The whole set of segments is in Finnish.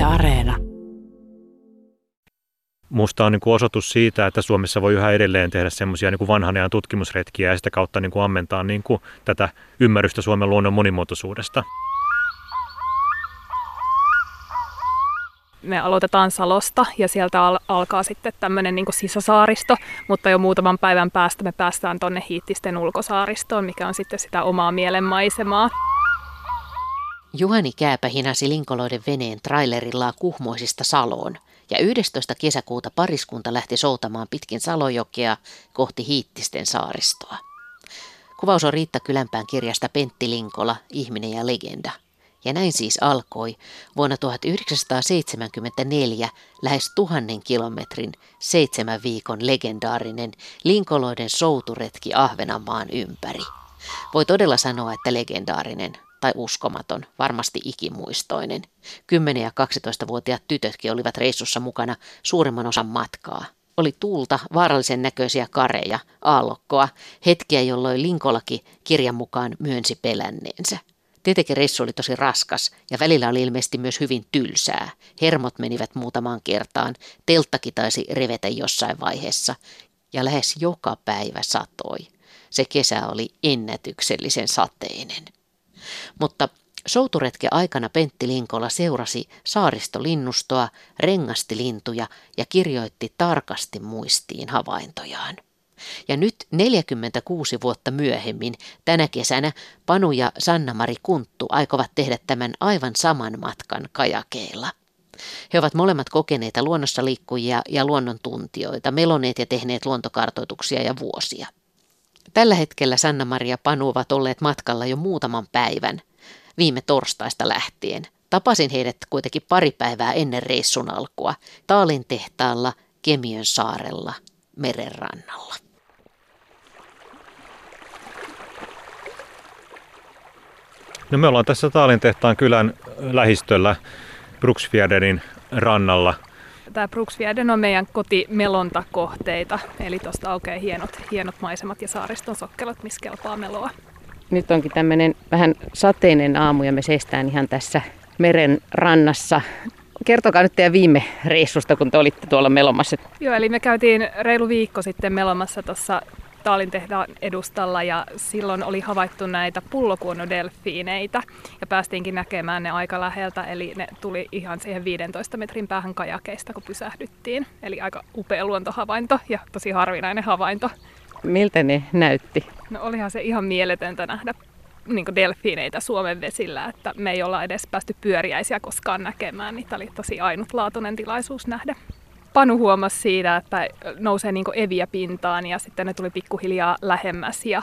Areena. Musta on osoitus siitä, että Suomessa voi yhä edelleen tehdä semmoisia vanhan ajan tutkimusretkiä ja sitä kautta ammentaa tätä ymmärrystä Suomen luonnon monimuotoisuudesta. Me aloitetaan Salosta ja sieltä alkaa sitten tämmöinen sisäsaaristo, mutta jo muutaman päivän päästä me päästään tonne Hiittisten ulkosaaristoon, mikä on sitten sitä omaa mielenmaisemaa. Juhani Kääpä hinasi linkoloiden veneen trailerillaan Kuhmoisista Saloon ja 11. kesäkuuta pariskunta lähti soutamaan pitkin Salojokea kohti Hiittisten saaristoa. Kuvaus on Riitta Kylänpään kirjasta Pentti Linkola, ihminen ja legenda. Ja näin siis alkoi vuonna 1974 lähes 1000 kilometrin 7 viikon legendaarinen linkoloiden souturetki Ahvenanmaan ympäri. Voi todella sanoa, että legendaarinen tai uskomaton, varmasti ikimuistoinen. 10- ja 12-vuotiaat tytötkin olivat reissussa mukana suurimman osan matkaa. Oli tuulta, vaarallisen näköisiä kareja, aallokkoa, hetkiä jolloin Linkolakin kirjan mukaan myönsi pelänneensä. Tietenkin reissu oli tosi raskas ja välillä oli ilmeisesti myös hyvin tylsää. Hermot menivät muutamaan kertaan, telttakin taisi revetä jossain vaiheessa ja lähes joka päivä satoi. Se kesä oli ennätyksellisen sateinen. Mutta souturetken aikana Pentti Linkola seurasi saaristolinnustoa, rengasti lintuja ja kirjoitti tarkasti muistiin havaintojaan. Ja nyt 46 vuotta myöhemmin, tänä kesänä, Panu ja Sanna-Mari Kunttu aikovat tehdä tämän aivan saman matkan kajakeilla. He ovat molemmat kokeneita luonnossa liikkujia ja luonnontuntijoita, meloneet ja tehneet luontokartoituksia ja vuosia. Tällä hetkellä Sanna-Mari ja Panu ovat olleet matkalla jo muutaman päivän, viime torstaista lähtien. Tapasin heidät kuitenkin pari päivää ennen reissun alkua, Taalin tehtaalla, Kemiön saarella, merenrannalla. No me ollaan tässä Taalin tehtaan kylän lähistöllä Bruksfjärdenin rannalla. Tämä Bruksfjärden on meidän kotimelontakohteita, eli tuosta aukeaa hienot maisemat ja saariston sokkelot, missä kelpaa meloa. Nyt onkin tämmöinen vähän sateinen aamu ja me seistään ihan tässä meren rannassa. Kertokaa nyt teidän viime reissusta, kun te olitte tuolla melomassa. Joo, eli me käytiin reilu viikko sitten melomassa tuossa Taalin tehtaan edustalla ja silloin oli havaittu näitä pullokuonodelfiineitä ja päästiinkin näkemään ne aika läheltä, eli ne tuli ihan siihen 15 metrin päähän kajakeista, kun pysähdyttiin. Eli aika upea luontohavainto ja tosi harvinainen havainto. Miltä ne näytti? No olihan se ihan mieletöntä nähdä delfiineitä Suomen vesillä, että me ei olla edes päästy pyöriäisiä koskaan näkemään, niin tämä oli tosi ainutlaatuinen tilaisuus nähdä. Panu huomasi siitä, että nousee eviä pintaan ja sitten ne tuli pikkuhiljaa lähemmäs ja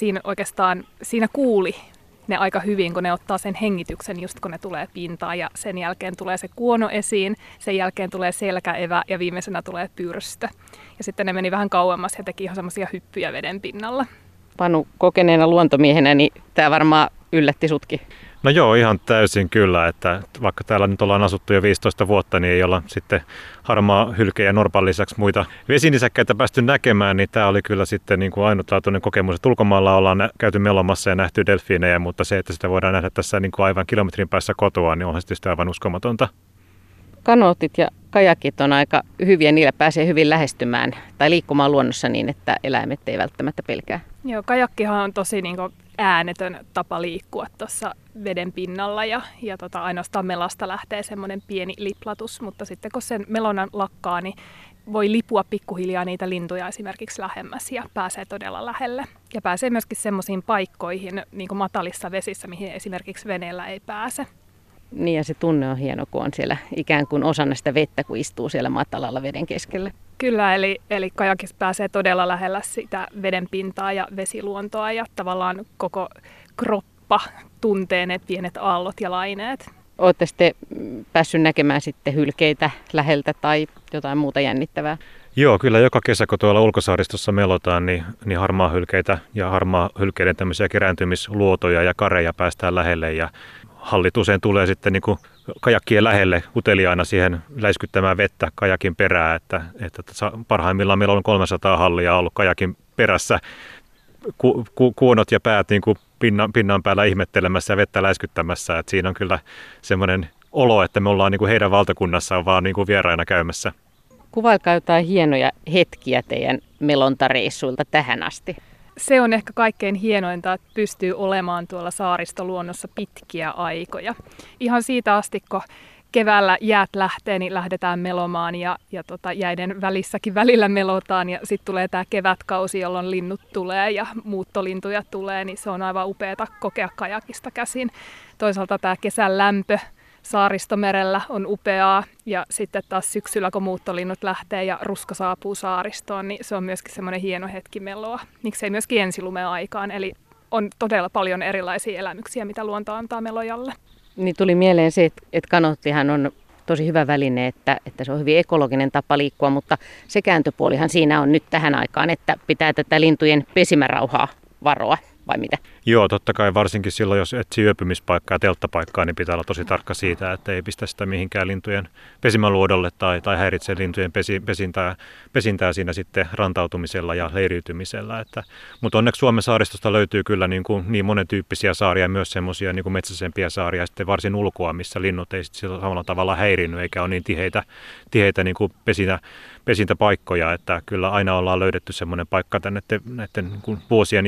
siinä kuuli ne aika hyvin, kun ne ottaa sen hengityksen just kun ne tulee pintaan ja sen jälkeen tulee se kuono esiin, sen jälkeen tulee selkäevä ja viimeisenä tulee pyrstö. Ja sitten ne meni vähän kauemmas ja teki ihan semmoisia hyppyjä veden pinnalla. Panu, kokeneena luontomiehenä, niin tämä varmaan yllätti sutkin. No joo, ihan täysin kyllä, että vaikka täällä nyt ollaan asuttu jo 15 vuotta, niin ei olla sitten harmaa hylkeä ja norpan lisäksi muita vesinisäkkäitä päästy näkemään, niin tämä oli kyllä sitten ainutlaatuinen kokemus, että ulkomailla ollaan käyty melomassa ja nähty delfiinejä, mutta se, että sitä voidaan nähdä tässä aivan kilometrin päässä kotoa, niin onhan sitten aivan uskomatonta. Kanootit ja kajakit on aika hyviä, niillä pääsee hyvin lähestymään tai liikkumaan luonnossa niin, että eläimet ei välttämättä pelkää. Joo, kajakkihan on tosi äänetön tapa liikkua tuossa veden pinnalla ja ainoastaan melasta lähtee semmoinen pieni liplatus, mutta sitten kun sen melonan lakkaa, niin voi lipua pikkuhiljaa niitä lintuja esimerkiksi lähemmäs ja pääsee todella lähelle. Ja pääsee myöskin semmoisiin paikkoihin matalissa vesissä, mihin esimerkiksi veneellä ei pääse. Niin ja se tunne on hieno, kun on siellä ikään kuin osana sitä vettä, kun istuu siellä matalalla veden keskellä. Kyllä, eli kajakissa pääsee todella lähellä sitä veden pintaa ja vesiluontoa ja tavallaan koko kroppa tuntee ne pienet aallot ja laineet. Olette sitten päässyt näkemään sitten hylkeitä läheltä tai jotain muuta jännittävää? Joo, kyllä joka kesä, kun tuolla ulkosaaristossa melotaan, niin harmaa hylkeitä ja harmaa hylkeiden tämmöisiä kerääntymisluotoja ja kareja päästään lähelle ja hallit usein tulee sitten kajakkien lähelle uteliaana siihen läiskyttämään vettä kajakin perään, että parhaimmillaan meillä on 300 hallia ollut kajakin perässä, kuonot ja päät pinnan päällä ihmettelemässä ja vettä läiskyttämässä, että siinä on kyllä semmoinen olo, että me ollaan niin kuin heidän valtakunnassaan vaan niin kuin vieraina käymässä. Kuvailkaa jotain hienoja hetkiä teidän melontareissuilta tähän asti. Se on ehkä kaikkein hienointa, että pystyy olemaan tuolla saaristoluonnossa pitkiä aikoja. Ihan siitä asti, kun keväällä jäät lähtee, niin lähdetään melomaan ja jäiden välissäkin välillä melotaan. Ja sitten tulee tämä kevätkausi, jolloin linnut tulee ja muuttolintuja tulee, niin se on aivan upeata kokea kajakista käsin. Toisaalta tämä kesän lämpö Saaristomerellä on upeaa ja sitten taas syksyllä, kun muuttolinnut lähtee ja ruska saapuu saaristoon, niin se on myöskin semmoinen hieno hetki meloa. Miksei myöskin ensilumeen aikaan, eli on todella paljon erilaisia elämyksiä, mitä luonto antaa melojalle. Niin tuli mieleen se, että kanoottihan on tosi hyvä väline, että se on hyvin ekologinen tapa liikkua, mutta se kääntöpuolihan siinä on nyt tähän aikaan, että pitää tätä lintujen pesimärauhaa varoa. Vai mitä? Joo, totta kai varsinkin silloin, jos etsii yöpymispaikkaa ja telttapaikkaa, niin pitää olla tosi tarkka siitä, että ei pistä sitä mihinkään lintujen pesimäluodolle tai häiritse lintujen pesintää siinä sitten rantautumisella ja leiriytymisellä. Mutta onneksi Suomen saaristosta löytyy kyllä niin monentyyppisiä saaria, myös semmoisia niin metsäisempiä saaria, sitten varsin ulkoa, missä linnut ei sitten samalla tavalla häirinyt, eikä ole niin tiheitä niin kuin pesintäpaikkoja, että kyllä aina ollaan löydetty semmoinen paikka näiden niin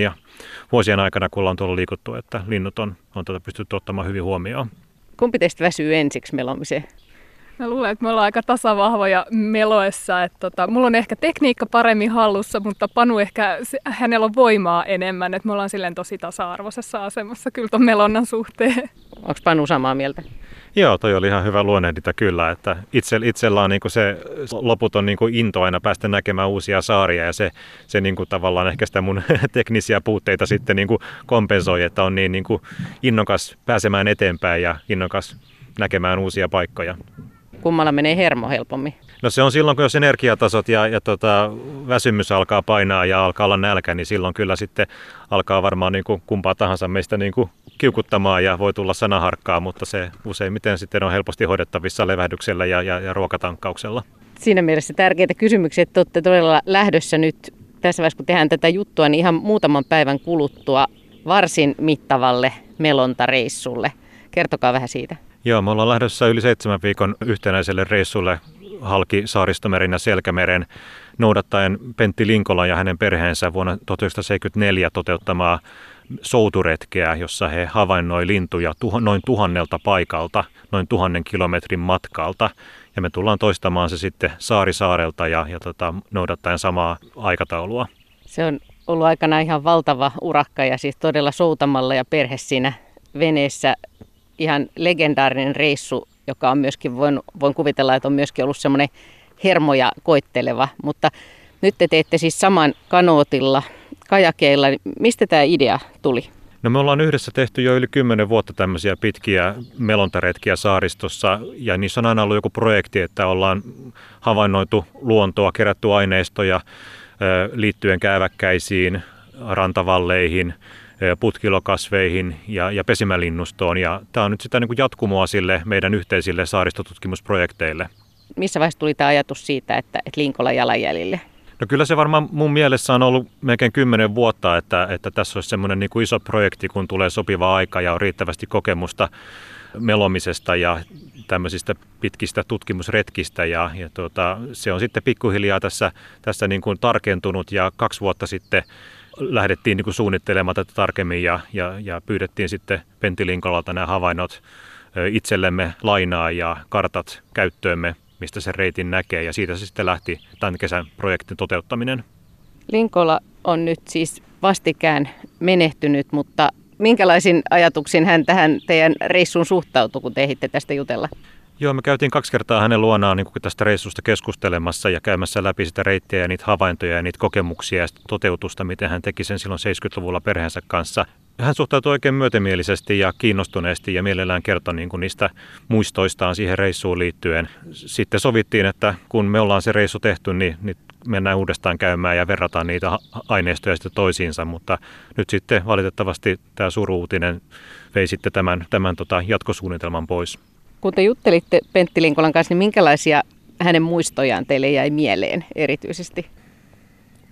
vuosien aikana, kun ollaan tuolla liikuttu, että linnut on pystytty ottamaan hyvin huomioon. Kumpi teistä väsyy ensiksi melomiseen? Mä luulen, että me ollaan aika tasavahvoja meloessa. Mulla on ehkä tekniikka paremmin hallussa, mutta Panu ehkä, hänellä on voimaa enemmän. Että me ollaan silleen tosi tasa-arvoisessa asemassa kyllä ton melonnan suhteen. Onko Panu samaa mieltä? Joo, toi oli ihan hyvä luonnehdinta kyllä, että itsellä on niinku se loputon niinku into aina päästä näkemään uusia saaria ja se niinku tavallaan ehkä sitä mun teknisiä puutteita sitten niinku kompensoi, että on niin niinku innokas pääsemään eteenpäin ja innokas näkemään uusia paikkoja. Kummalla menee hermo helpommin? No se on silloin, kun jos energiatasot ja väsymys alkaa painaa ja alkaa olla nälkä, niin silloin kyllä sitten alkaa varmaan niin kuin kumpaa tahansa meistä niin kuin kiukuttamaan ja voi tulla sanaharkkaa, mutta se useimmiten sitten on helposti hoidettavissa levähdyksellä ja ruokatankkauksella. Siinä mielessä tärkeitä kysymyksiä, että olette todella lähdössä nyt tässä vaiheessa, kun tehdään tätä juttua, niin ihan muutaman päivän kuluttua varsin mittavalle melontareissulle. Kertokaa vähän siitä. Joo, me ollaan lähdössä yli 7 viikon yhtenäiselle reissulle halki Saaristomeren ja Selkämeren noudattaen Pentti Linkolan ja hänen perheensä vuonna 1974 toteuttamaa souturetkeä, jossa he havainnoi lintuja noin 1000 paikalta, noin 1000 kilometrin matkalta. Ja me tullaan toistamaan se sitten saari saarelta ja noudattaen samaa aikataulua. Se on ollut aikana ihan valtava urakka ja siis todella soutamalla ja perhe siinä veneessä. Ihan legendaarinen reissu, joka on myöskin, voin kuvitella, että on myöskin ollut semmoinen hermoja koitteleva. Mutta nyt te teette siis saman kanootilla, kajakeilla. Mistä tämä idea tuli? No me ollaan yhdessä tehty jo yli 10 vuotta tämmöisiä pitkiä melontaretkiä saaristossa ja niissä on aina ollut joku projekti, että ollaan havainnoitu luontoa, kerätty aineistoja liittyen kääväkkäisiin, rantavalleihin, putkilokasveihin ja pesimälinnustoon. Ja tämä on nyt sitä niin kuin jatkumoa sille meidän yhteisille saaristotutkimusprojekteille. Missä vaiheessa tuli tämä ajatus siitä, että Linkolan jalanjäljille? No kyllä se varmaan mun mielessä on ollut melkein 10 vuotta, että tässä olisi semmoinen niin kuin iso projekti, kun tulee sopiva aika ja on riittävästi kokemusta melomisesta ja tämmöisistä pitkistä tutkimusretkistä. Ja se on sitten pikkuhiljaa tässä niin kuin tarkentunut ja 2 vuotta sitten lähdettiin niin kuin suunnittelemaan tätä tarkemmin ja pyydettiin sitten Pentti Linkolalta nämä havainnot itsellemme lainaa ja kartat käyttöömme, mistä sen reitin näkee, ja siitä se sitten lähti tämän kesän projektin toteuttaminen. Linkola on nyt siis vastikään menehtynyt, mutta minkälaisin ajatuksin hän tähän teidän reissuun suhtautui, kun te ehditte tästä jutella? Joo, me käytiin 2 kertaa hänen luonaan niin kuin tästä reissusta keskustelemassa ja käymässä läpi sitä reittiä ja niitä havaintoja ja niitä kokemuksia ja toteutusta, miten hän teki sen silloin 70-luvulla perheensä kanssa. Hän suhtautui oikein myötämielisesti ja kiinnostuneesti ja mielellään kertoi niin kuin niistä muistoistaan siihen reissuun liittyen. Sitten sovittiin, että kun me ollaan se reissu tehty, niin mennään uudestaan käymään ja verrataan niitä aineistoja sitten toisiinsa, mutta nyt sitten valitettavasti tämä suru-uutinen vei sitten tämän jatkosuunnitelman pois. Kun te juttelitte Pentti Linkolan kanssa, niin minkälaisia hänen muistojaan teille jäi mieleen erityisesti?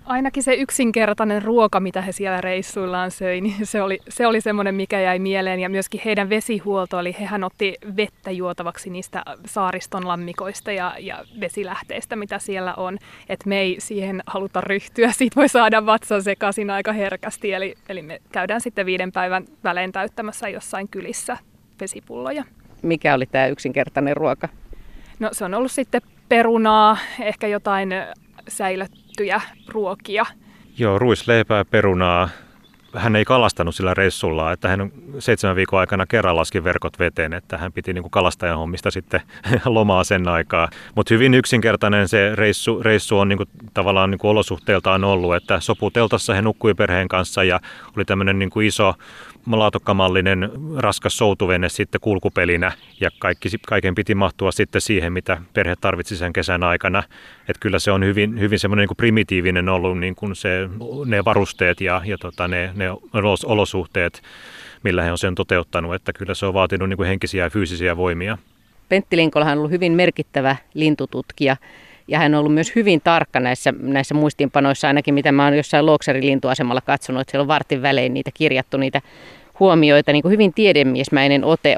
Ainakin se yksinkertainen ruoka, mitä he siellä reissuillaan söi, niin se oli semmoinen, mikä jäi mieleen. Ja myöskin heidän vesihuolto, eli hehän otti vettä juotavaksi niistä saariston lammikoista ja vesilähteistä, mitä siellä on. Että me ei siihen haluta ryhtyä, siitä voi saada vatsan sekaisin aika herkästi. Eli me käydään sitten 5 päivän välein täyttämässä jossain kylissä vesipulloja. Mikä oli tämä yksinkertainen ruoka? No se on ollut sitten perunaa, ehkä jotain säilöttyjä ruokia. Joo, ruisleipää, perunaa. Hän ei kalastanut sillä reissulla, että hän 7 viikon aikana kerran laski verkot veteen, että hän piti niin kalastajan hommista sitten lomaa sen aikaa. Mutta hyvin yksinkertainen se reissu on niin kuin, tavallaan niin kuin olosuhteiltaan ollut, että soputeltassa he nukkui perheen kanssa ja oli tämmöinen niin kuin iso laatokkamallinen raskas soutuvene sitten kulkupelinä ja kaiken piti mahtua sitten siihen, mitä perhe tarvitsi sen kesän aikana. Että kyllä se on hyvin semmoinen niin kuin primitiivinen ollut niin kuin ne varusteet ja ne olosuhteet, millä he on sen toteuttanut, että kyllä se on vaatinut niin kuin henkisiä ja fyysisiä voimia. Pentti Linkola on ollut hyvin merkittävä lintututkija ja hän on ollut myös hyvin tarkka näissä muistiinpanoissa, ainakin mitä mä oon jossain Looksarin lintuasemalla katsonut, että siellä on vartin välein niitä kirjattu, niitä huomioita, niin kuin hyvin tiedemiesmäinen ote.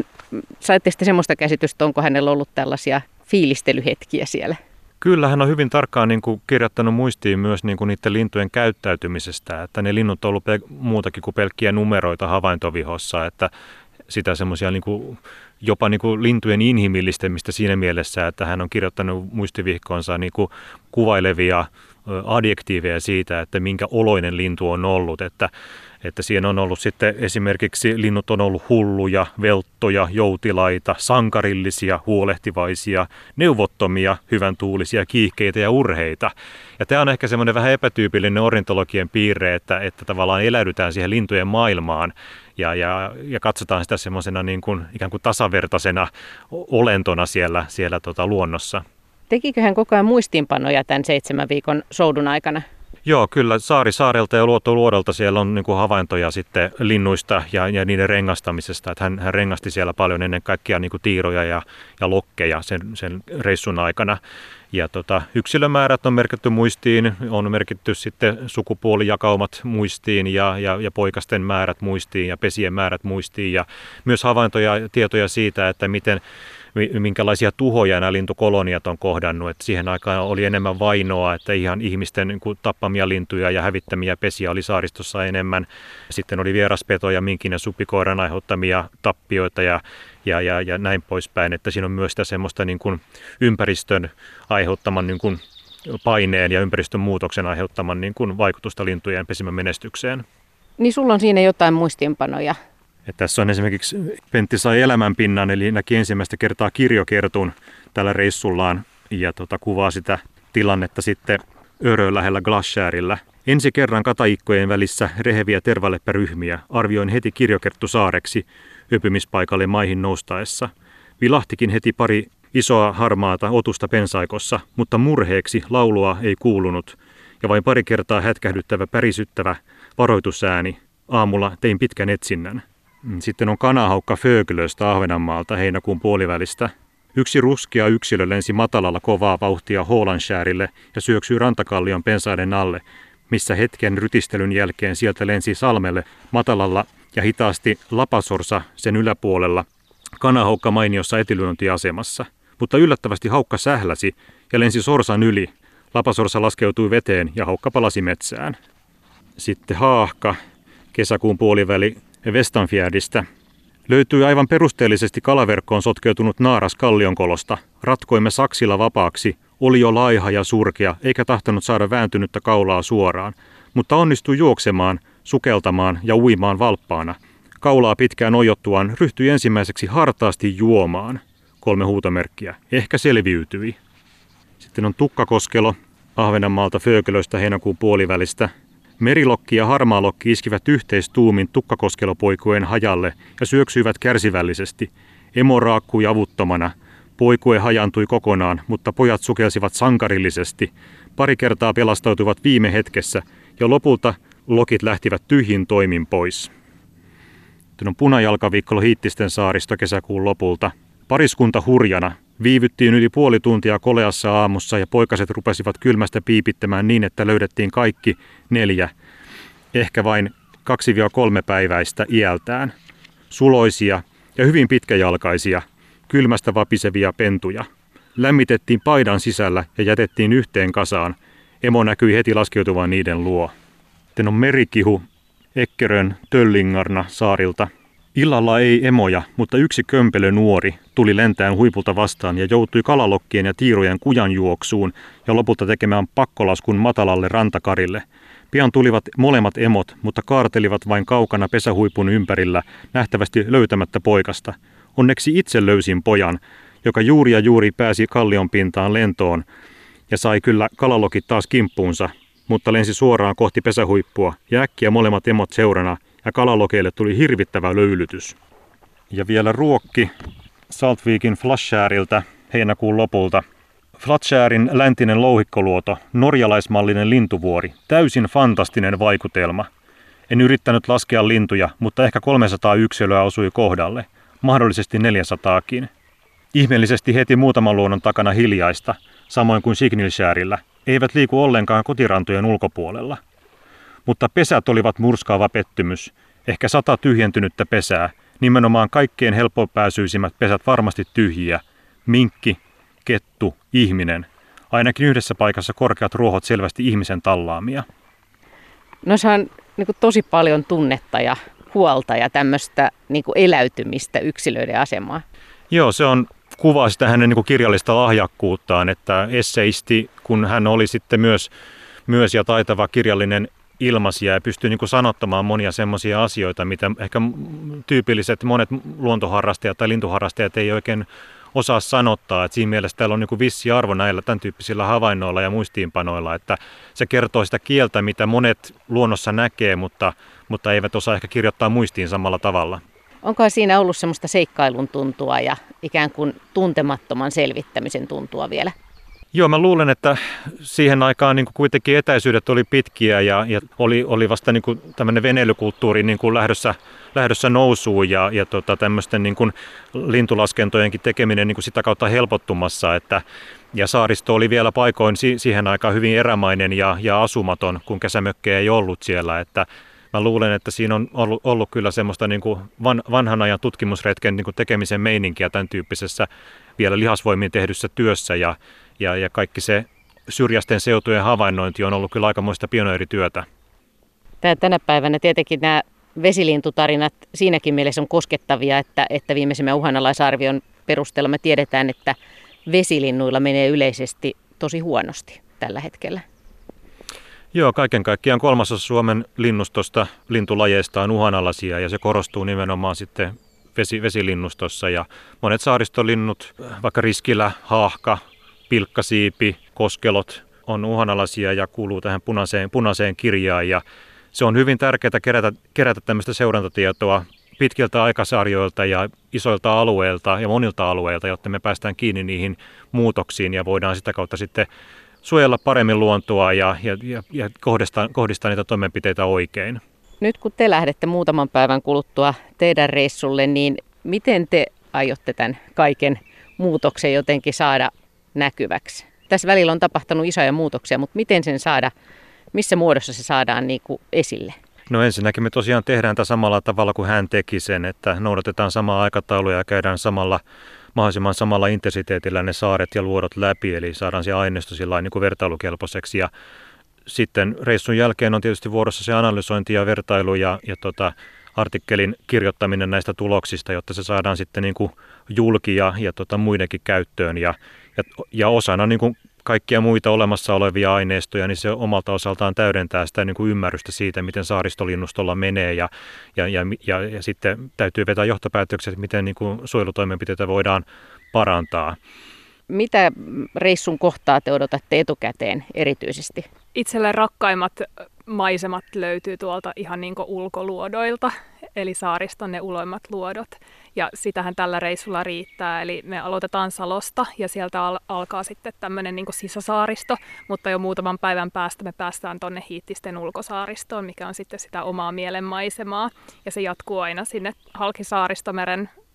Saitte sitten semmoista käsitystä, onko hänellä ollut tällaisia fiilistelyhetkiä siellä? Kyllä, hän on hyvin tarkkaan niin kuin kirjoittanut muistiin myös niin kuin niiden lintujen käyttäytymisestä, että ne linnut on ollut muutakin kuin pelkkiä numeroita havaintovihossa, että sitä semmoisia niin kuin, jopa niin kuin lintujen inhimillistämistä siinä mielessä, että hän on kirjoittanut muistivihkoonsa niin kuin kuvailevia adjektiiveja siitä, että minkä oloinen lintu on ollut, että siinä on ollut sitten esimerkiksi linnut on ollut hulluja, velttoja, joutilaita, sankarillisia, huolehtivaisia, neuvottomia, hyvän tuulisia, kiihkeitä ja urheita. Ja tämä on ehkä semmoinen vähän epätyypillinen ornitologien piirre, että tavallaan eläydytään siihen lintujen maailmaan ja katsotaan sitä semmoisena niin kuin ikään kuin tasavertaisena olentona siellä luonnossa. Tekikö hän koko ajan muistiinpanoja tämän 7 viikon soudun aikana? Joo, kyllä saarelta ja luodolta siellä on niin kuin havaintoja sitten linnuista ja niiden rengastamisesta. Että hän rengasti siellä paljon ennen kaikkea niin kuin tiiroja ja lokkeja sen reissun aikana. Ja yksilömäärät on merkitty muistiin, on merkitty sitten sukupuolijakaumat muistiin ja poikasten määrät muistiin ja pesien määrät muistiin. Ja myös havaintoja ja tietoja siitä, että minkälaisia tuhoja nämä lintukoloniat on kohdannut. Että siihen aikaan oli enemmän vainoa, että ihan ihmisten niin kuin tappamia lintuja ja hävittämiä pesiä oli saaristossa enemmän. Sitten oli vieraspetoja, minkin ja supikoiran aiheuttamia tappioita ja näin poispäin. Että siinä on myös sitä semmoista niin kuin ympäristön aiheuttaman niin kuin paineen ja ympäristön muutoksen aiheuttaman niin kuin vaikutusta lintujen pesimän menestykseen. Niin sulla on siinä jotain muistiinpanoja. Ja tässä on esimerkiksi Pentti sai elämänpinnan, eli näki ensimmäistä kertaa kirjokertun tällä reissullaan ja kuvaa sitä tilannetta sitten Örön lähellä Glaciärillä. Ensi kerran kataikkojen välissä reheviä tervaleppäryhmiä arvioin heti kirjokerttusaareksi yöpymispaikalle maihin noustaessa. Vilahtikin heti pari isoa harmaata otusta pensaikossa, mutta murheeksi laulua ei kuulunut ja vain pari kertaa hätkähdyttävä pärisyttävä varoitusääni. Aamulla tein pitkän etsinnän. Sitten on kanahaukka Föglöstä Ahvenanmaalta heinäkuun puolivälistä. Yksi ruskea yksilö lensi matalalla kovaa vauhtia Hålandskärille ja syöksyi rantakallion pensaiden alle, missä hetken rytistelyn jälkeen sieltä lensi salmelle matalalla ja hitaasti lapasorsa sen yläpuolella, kanahaukka mainiossa etylyöntiasemassa. Mutta yllättävästi haukka sähläsi ja lensi sorsan yli. Lapasorsa laskeutui veteen ja haukka palasi metsään. Sitten haahka, kesäkuun puoliväli Vestanfjärdistä. Löytyi aivan perusteellisesti kalaverkkoon sotkeutunut naaras kallionkolosta. Ratkoimme saksilla vapaaksi. Oli jo laiha ja surkea, eikä tahtonut saada vääntynyttä kaulaa suoraan. Mutta onnistui juoksemaan, sukeltamaan ja uimaan valppaana. Kaulaa pitkään ojottuaan ryhtyi ensimmäiseksi hartaasti juomaan. 3 huutomerkkiä. Ehkä selviytyi. Sitten on Tukkakoskelo Ahvenanmaalta Föglöstä heinäkuun puolivälistä. Merilokki ja harmaalokki iskivät yhteistuumin tukkakoskelopoikueen hajalle ja syöksyivät kärsivällisesti. Emo raakkui avuttomana. Poikue hajantui kokonaan, mutta pojat sukelsivat sankarillisesti. Pari kertaa pelastautuivat viime hetkessä ja lopulta lokit lähtivät tyhjin toimin pois. Sitten on Punajalkaviikkolo Hiittisten saaristo kesäkuun lopulta. Pariskunta hurjana. Viivyttiin yli puoli tuntia koleassa aamussa ja poikaset rupesivat kylmästä piipittämään niin, että löydettiin kaikki 4, ehkä vain 2-3 päiväistä iältään. Suloisia ja hyvin pitkäjalkaisia, kylmästä vapisevia pentuja. Lämmitettiin paidan sisällä ja jätettiin yhteen kasaan. Emo näkyi heti laskeutuvan niiden luo. Sitten on merikihu Eckerön Töllingarna saarilta. Illalla ei emoja, mutta yksi kömpelö nuori tuli lentäen huipulta vastaan ja joutui kalalokkien ja tiirojen kujanjuoksuun ja lopulta tekemään pakkolaskun matalalle rantakarille. Pian tulivat molemmat emot, mutta kaartelivat vain kaukana pesähuipun ympärillä, nähtävästi löytämättä poikasta. Onneksi itse löysin pojan, joka juuri pääsi kallion pintaan lentoon ja sai kyllä kalalokit taas kimppuunsa, mutta lensi suoraan kohti pesähuippua ja äkkiä molemmat emot seurana ja kalalokeille tuli hirvittävä löylytys. Ja vielä ruokki Saltvikin Flaskäriltä heinäkuun lopulta. Flaskärin läntinen louhikkoluoto, norjalaismallinen lintuvuori, täysin fantastinen vaikutelma. En yrittänyt laskea lintuja, mutta ehkä 300 yksilöä osui kohdalle, mahdollisesti 400kin. Ihmeellisesti heti muutaman luonnon takana hiljaista, samoin kuin Signilskärillä, eivät liiku ollenkaan kotirantojen ulkopuolella. Mutta pesät olivat murskaava pettymys, ehkä 100 tyhjentynyttä pesää, nimenomaan kaikkein helpopääsyisimmät pesät varmasti tyhjiä, minkki, kettu, ihminen. Ainakin yhdessä paikassa korkeat ruohot selvästi ihmisen tallaamia. Noissa on tosi paljon tunnetta ja huolta ja tämmöistä eläytymistä yksilöiden asemaa. Joo, se on kuvaa sitä hänen kirjallista lahjakkuuttaan, että esseisti, kun hän oli sitten myös ja taitava kirjallinen ilmaisija ja pystyy sanottamaan monia semmoisia asioita, mitä ehkä tyypilliset monet luontoharrastajat tai lintuharrastajat ei oikein osaa sanottaa. Et siinä mielessä täällä on vissi arvo näillä tämän tyyppisillä havainnoilla ja muistiinpanoilla, että se kertoo sitä kieltä, mitä monet luonnossa näkee, mutta eivät osaa ehkä kirjoittaa muistiin samalla tavalla. Onko siinä ollut semmoista seikkailun tuntua ja ikään kuin tuntemattoman selvittämisen tuntua vielä? Joo, mä luulen, että siihen aikaan kuitenkin etäisyydet oli pitkiä ja oli vasta tämmöinen veneilykulttuuri lähdössä nousuun ja tämmöisten lintulaskentojenkin tekeminen sitä kautta helpottumassa. Ja saaristo oli vielä paikoin siihen aikaan hyvin erämainen ja asumaton, kun kesämökkejä ei ollut siellä. Että mä luulen, että siinä on ollut kyllä semmoista vanhan ajan tutkimusretken tekemisen meininkiä tämän tyyppisessä vielä lihasvoimiin tehdyssä työssä ja kaikki se syrjäisten seutujen havainnointi on ollut kyllä aikamoista pioneerityötä. Tänä päivänä tietenkin nämä vesilintutarinat siinäkin mielessä on koskettavia, että viimeisimmän uhanalaisarvion perusteella me tiedetään, että vesilinnuilla menee yleisesti tosi huonosti tällä hetkellä. Joo, kaiken kaikkiaan 1/3 Suomen linnustosta, lintulajeista on uhanalaisia ja se korostuu nimenomaan sitten vesilinnustossa. Ja monet saaristolinnut, vaikka riskilä, haahka, pilkkasiipi, koskelot on uhanalaisia ja kuuluu tähän punaiseen kirjaan. Ja se on hyvin tärkeää kerätä tämmöistä seurantatietoa pitkiltä aikasarjoilta ja isoilta alueilta ja monilta alueilta, jotta me päästään kiinni niihin muutoksiin ja voidaan sitä kautta sitten suojella paremmin luontoa ja kohdistaa niitä toimenpiteitä oikein. Nyt kun te lähdette muutaman päivän kuluttua teidän reissulle, niin miten te aiotte tämän kaiken muutoksen jotenkin saada näkyväksi? Tässä välillä on tapahtunut isoja muutoksia, mutta miten sen saada, missä muodossa se saadaan esille? No ensinnäkin me tosiaan tehdään tämä samalla tavalla kuin hän teki sen, että noudatetaan samaa aikataulua ja käydään mahdollisimman samalla intensiteetillä ne saaret ja luodot läpi, eli saadaan se aineisto vertailukelpoiseksi. Ja sitten reissun jälkeen on tietysti vuorossa se analysointi ja vertailu ja artikkelin kirjoittaminen näistä tuloksista, jotta se saadaan sitten julki ja muidenkin käyttöön. Ja osana kaikkia muita olemassa olevia aineistoja, niin se omalta osaltaan täydentää sitä ymmärrystä siitä, miten saaristolinnustolla menee ja sitten täytyy vetää johtopäätökset, miten suojelutoimenpiteitä voidaan parantaa. Mitä reissun kohtaa te odotatte etukäteen erityisesti? Itselle rakkaimmat maisemat löytyy tuolta ihan ulkoluodoilta, eli saariston ne uloimmat luodot. Ja sitähän tällä reissulla riittää, eli me aloitetaan Salosta ja sieltä alkaa sitten tämmöinen sisäsaaristo, mutta jo muutaman päivän päästä me päästään tuonne Hiittisten ulkosaaristoon, mikä on sitten sitä omaa mielenmaisemaa. Ja se jatkuu aina sinne halki Saaristomeren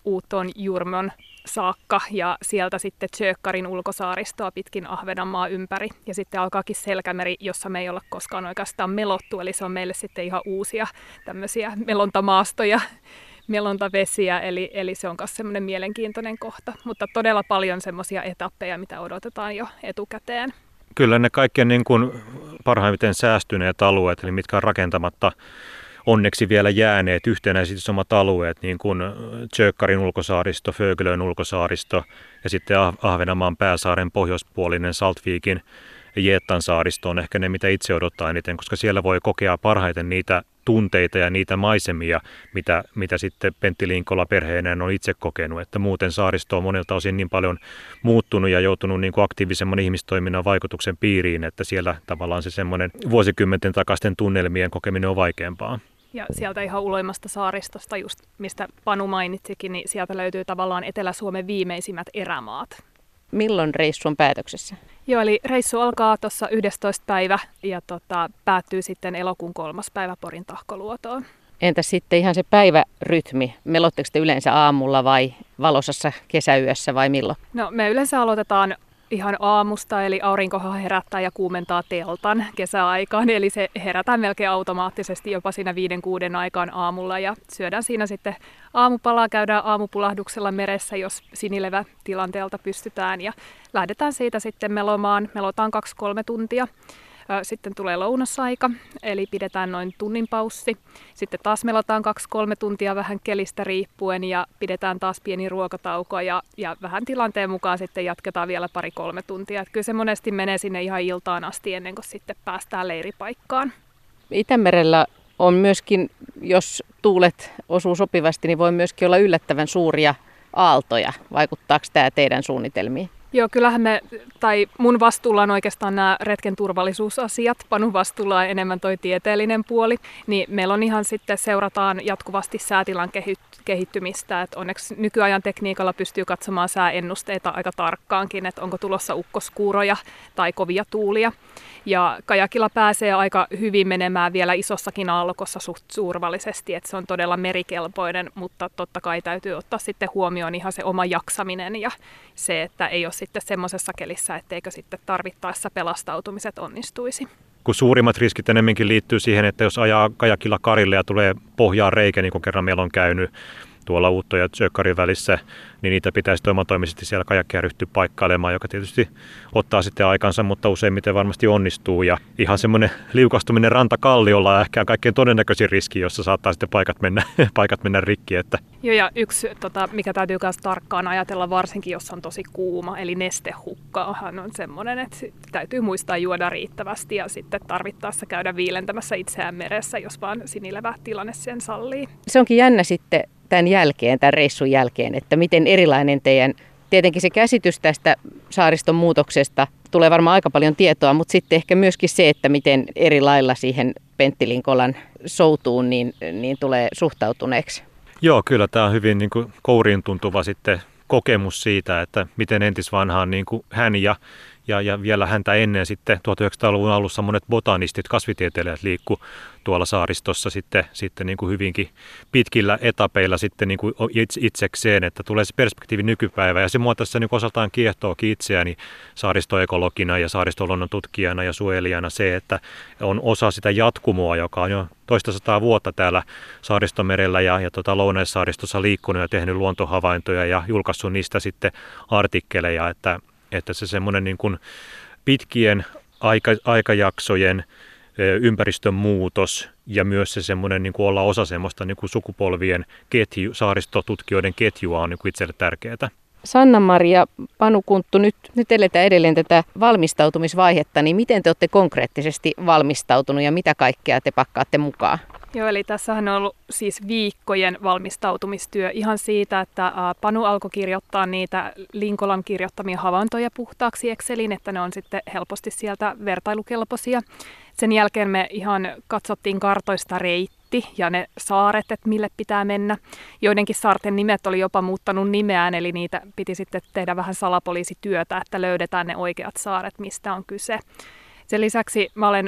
Uuttoon Jurmon saakka ja sieltä sitten Tjökkarin ulkosaaristoa pitkin Ahvenanmaa ympäri. Ja sitten alkaakin Selkämeri, jossa me ei olla koskaan oikeastaan melottu, eli se on meille sitten ihan uusia tämmöisiä melontamaastoja, melontavesiä, eli se on myös semmoinen mielenkiintoinen kohta. Mutta todella paljon semmoisia etappeja, mitä odotetaan jo etukäteen. Kyllä ne kaikkein niin kuin parhaimmiten säästyneet alueet, eli mitkä on rakentamatta, onneksi vielä jääneet yhtenäiset isommat alueet, niin kuin Tjökkarin ulkosaaristo, Fögelön ulkosaaristo ja sitten Ahvenanmaan pääsaaren pohjoispuolinen Saltvikin Getan saaristo on ehkä ne, mitä itse odottaa eniten, koska siellä voi kokea parhaiten niitä tunteita ja niitä maisemia, mitä sitten Pentti Linkola perheineen on itse kokenut. Että muuten saaristo on monelta osin niin paljon muuttunut ja joutunut niin kuin aktiivisemman ihmistoiminnan vaikutuksen piiriin, että siellä tavallaan se semmoinen vuosikymmenten takaisten tunnelmien kokeminen on vaikeampaa. Ja sieltä ihan uloimmasta saaristosta, just mistä Panu mainitsikin, niin sieltä löytyy tavallaan Etelä-Suomen viimeisimmät erämaat. Milloin reissu on päätöksessä? Joo, eli reissu alkaa tuossa 11. päivä ja päättyy sitten elokuun 3. päivä Porin Tahkoluotoon. Entä sitten ihan se päivärytmi? Melotteko te yleensä aamulla vai valosassa kesäyössä vai milloin? No me yleensä aloitetaan ihan aamusta, eli aurinkohan herättää ja kuumentaa teltan kesäaikaan, eli se herätään melkein automaattisesti jopa siinä 5-6 aikaan aamulla ja syödään siinä sitten aamupalaa, käydään aamupulahduksella meressä, jos sinilevätilanteelta pystytään ja lähdetään siitä sitten melomaan, melotaan 2-3 tuntia. Sitten tulee lounasaika, eli pidetään noin tunnin paussi. Sitten taas melotaan 2-3 tuntia vähän kelistä riippuen ja pidetään taas pieni ruokatauko ja vähän tilanteen mukaan sitten jatketaan vielä 2-3 tuntia. Että kyllä se monesti menee sinne ihan iltaan asti ennen kuin sitten päästään leiripaikkaan. Itämerellä on myöskin, jos tuulet osuu sopivasti, niin voi myöskin olla yllättävän suuria aaltoja. Vaikuttaako tämä teidän suunnitelmiin? Joo, kyllähän mun vastuulla on oikeastaan nämä retken turvallisuusasiat. Panun vastuulla on enemmän toi tieteellinen puoli. Niin meillä on ihan sitten seurataan jatkuvasti säätilan kehittymistä. Et onneksi nykyajan tekniikalla pystyy katsomaan sääennusteita aika tarkkaankin, että onko tulossa ukkoskuuroja tai kovia tuulia. Ja kajakilla pääsee aika hyvin menemään vielä isossakin aallokossa suht turvallisesti, että se on todella merikelpoinen, mutta totta kai täytyy ottaa sitten huomioon ihan se oma jaksaminen ja se, että ei ole sitten semmoisessa kelissä, etteikö sitten tarvittaessa pelastautumiset onnistuisi. Kun suurimmat riskit enemmänkin liittyy siihen, että jos ajaa kajakilla karille ja tulee pohjaan reikä, niin kuin kerran meillä on käynyt tuolla Uutto ja Tjökkarin välissä, niin niitä pitäisi omatoimisesti siellä kajakkia ryhtyä paikkailemaan, joka tietysti ottaa sitten aikansa, mutta useimmiten varmasti onnistuu. Ja ihan semmoinen liukastuminen rantakalliolla on ehkä kaikkein todennäköisin riski, jossa saattaa sitten paikat mennä rikki. Että. Joo, ja yksi, mikä täytyy myös tarkkaan ajatella, varsinkin jos on tosi kuuma, eli nestehukkahan on semmoinen, että täytyy muistaa juoda riittävästi ja sitten tarvittaessa käydä viilentämässä itseään meressä, jos vaan sinilevä tilanne sen sallii. Se onkin jännä sitten tämän reissun jälkeen, että miten erilainen tietenkin se käsitys tästä saariston muutoksesta, tulee varmaan aika paljon tietoa, mutta sitten ehkä myöskin se, että miten eri lailla siihen Pentti Linkolan soutuun niin tulee suhtautuneeksi. Joo, kyllä tämä on hyvin niin kuin kouriin tuntuva sitten kokemus siitä, että miten entisvanhaan niin kuin hän ja vielä häntä ennen sitten 1900-luvun alussa monet botanistit, kasvitieteilijät liikkuu tuolla saaristossa sitten niin kuin hyvinkin pitkillä etapeilla sitten niin kuin itsekseen, että tulee se perspektiivi nykypäivä ja se mua tässä niin osaltaan kiehtookin itseäni saaristoekologina ja saaristoluonnon tutkijana ja suojelijana se, että on osa sitä jatkumoa, joka on jo toista sataa vuotta täällä Saaristomerellä ja Lounaissaaristossa liikkunut ja tehnyt luontohavaintoja ja julkaissut niistä sitten artikkeleja, että se semmoinen niin kuin pitkien aikajaksojen ympäristön muutos ja myös se semmoinen niin kuin olla osa semmoista niin kuin sukupolvien saaristotutkijoiden ketjua on niin kuin itselle tärkeää. Sanna-Maria, Panu Kunttu, nyt eletään edelleen tätä valmistautumisvaihetta, niin miten te olette konkreettisesti valmistautunut ja mitä kaikkea te pakkaatte mukaan? Joo, eli tässähän on ollut siis viikkojen valmistautumistyö ihan siitä, että Panu alkoi kirjoittaa niitä Linkolan kirjoittamia havaintoja puhtaaksi Exceliin, että ne on sitten helposti sieltä vertailukelpoisia. Sen jälkeen me ihan katsottiin kartoista reitti ja ne saaret, että mille pitää mennä. Joidenkin saarten nimet oli jopa muuttanut nimeään, eli niitä piti sitten tehdä vähän salapoliisityötä, että löydetään ne oikeat saaret, mistä on kyse. Sen lisäksi mä olen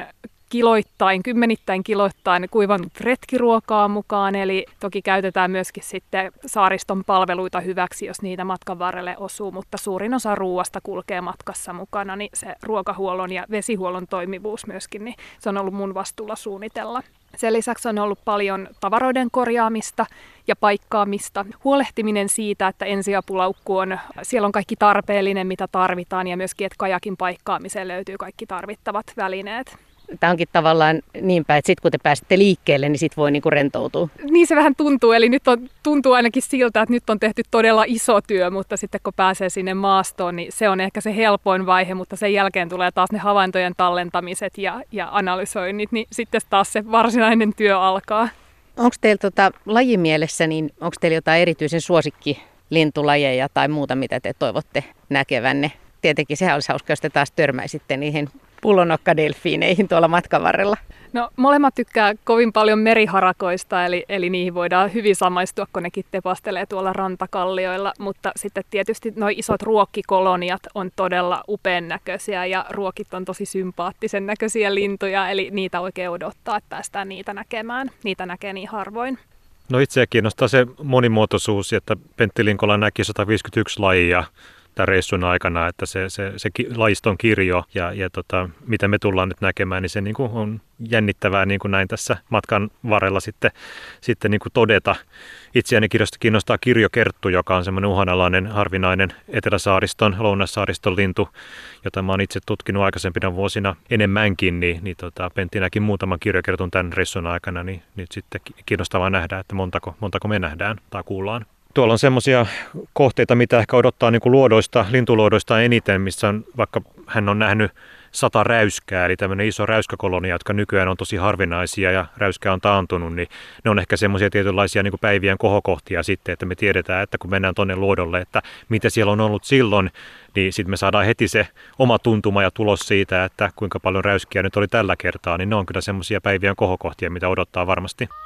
kymmenittäin kiloittain kuivannut retkiruokaa mukaan, eli toki käytetään myöskin sitten saariston palveluita hyväksi, jos niitä matkan varrelle osuu, mutta suurin osa ruoasta kulkee matkassa mukana, niin se ruokahuollon ja vesihuollon toimivuus myöskin, niin se on ollut mun vastuulla suunnitella. Sen lisäksi on ollut paljon tavaroiden korjaamista ja paikkaamista, huolehtiminen siitä, että ensiapulaukku siellä on kaikki tarpeellinen, mitä tarvitaan, ja myöskin, että kajakin paikkaamiseen löytyy kaikki tarvittavat välineet. Tämä onkin tavallaan niin päin, että sitten kun te pääsette liikkeelle, niin sitten voi niinku rentoutua. Niin se vähän tuntuu, eli tuntuu ainakin siltä, että nyt on tehty todella iso työ, mutta sitten kun pääsee sinne maastoon, niin se on ehkä se helpoin vaihe, mutta sen jälkeen tulee taas ne havaintojen tallentamiset ja analysoinnit, niin sitten taas se varsinainen työ alkaa. Onko teillä lajimielessä, niin onko teillä jotain erityisen suosikkilintulajeja tai muuta, mitä te toivotte näkevänne? Tietenkin sehän olisi hauska, jos te taas törmäisitte niihin pullonokkadelfiineihin tuolla matkan varrella. No, molemmat tykkää kovin paljon meriharakoista, eli niihin voidaan hyvin samaistua, kun nekin tepastelee tuolla rantakallioilla, mutta sitten tietysti nuo isot ruokkikoloniat on todella upean näköisiä ja ruokit on tosi sympaattisen näköisiä lintuja, eli niitä oikein odottaa, että päästään niitä näkemään. Niitä näkee niin harvoin. No itseä kiinnostaa se monimuotoisuus, että Pentti Linkola näki 151 lajia tämän reissun aikana, että se lajiston kirjo ja mitä me tullaan nyt näkemään, niin se niin kuin on jännittävää niin kuin näin tässä matkan varrella sitten niin kuin todeta. Itseäni kiinnostaa kirjokerttu, joka on semmoinen uhanalainen, harvinainen Eteläsaariston, Lounassaariston lintu, jota mä oon itse tutkinut aikaisempina vuosina enemmänkin, niin Pentti näki muutaman kirjokertun tämän reissun aikana, niin nyt sitten kiinnostavaa nähdä, että montako me nähdään tai kuullaan. Tuolla on semmoisia kohteita, mitä ehkä odottaa niin kuin lintuluodoista eniten, missä on, vaikka hän on nähnyt 100 räyskää, eli tämmöinen iso räyskäkolonia, jotka nykyään on tosi harvinaisia ja räyskä on taantunut, niin ne on ehkä semmoisia tietynlaisia niin kuin päivien kohokohtia sitten, että me tiedetään, että kun mennään tuonne luodolle, että mitä siellä on ollut silloin, niin sitten me saadaan heti se oma tuntuma ja tulos siitä, että kuinka paljon räyskiä nyt oli tällä kertaa, niin ne on kyllä semmoisia päivien kohokohtia, mitä odottaa varmasti.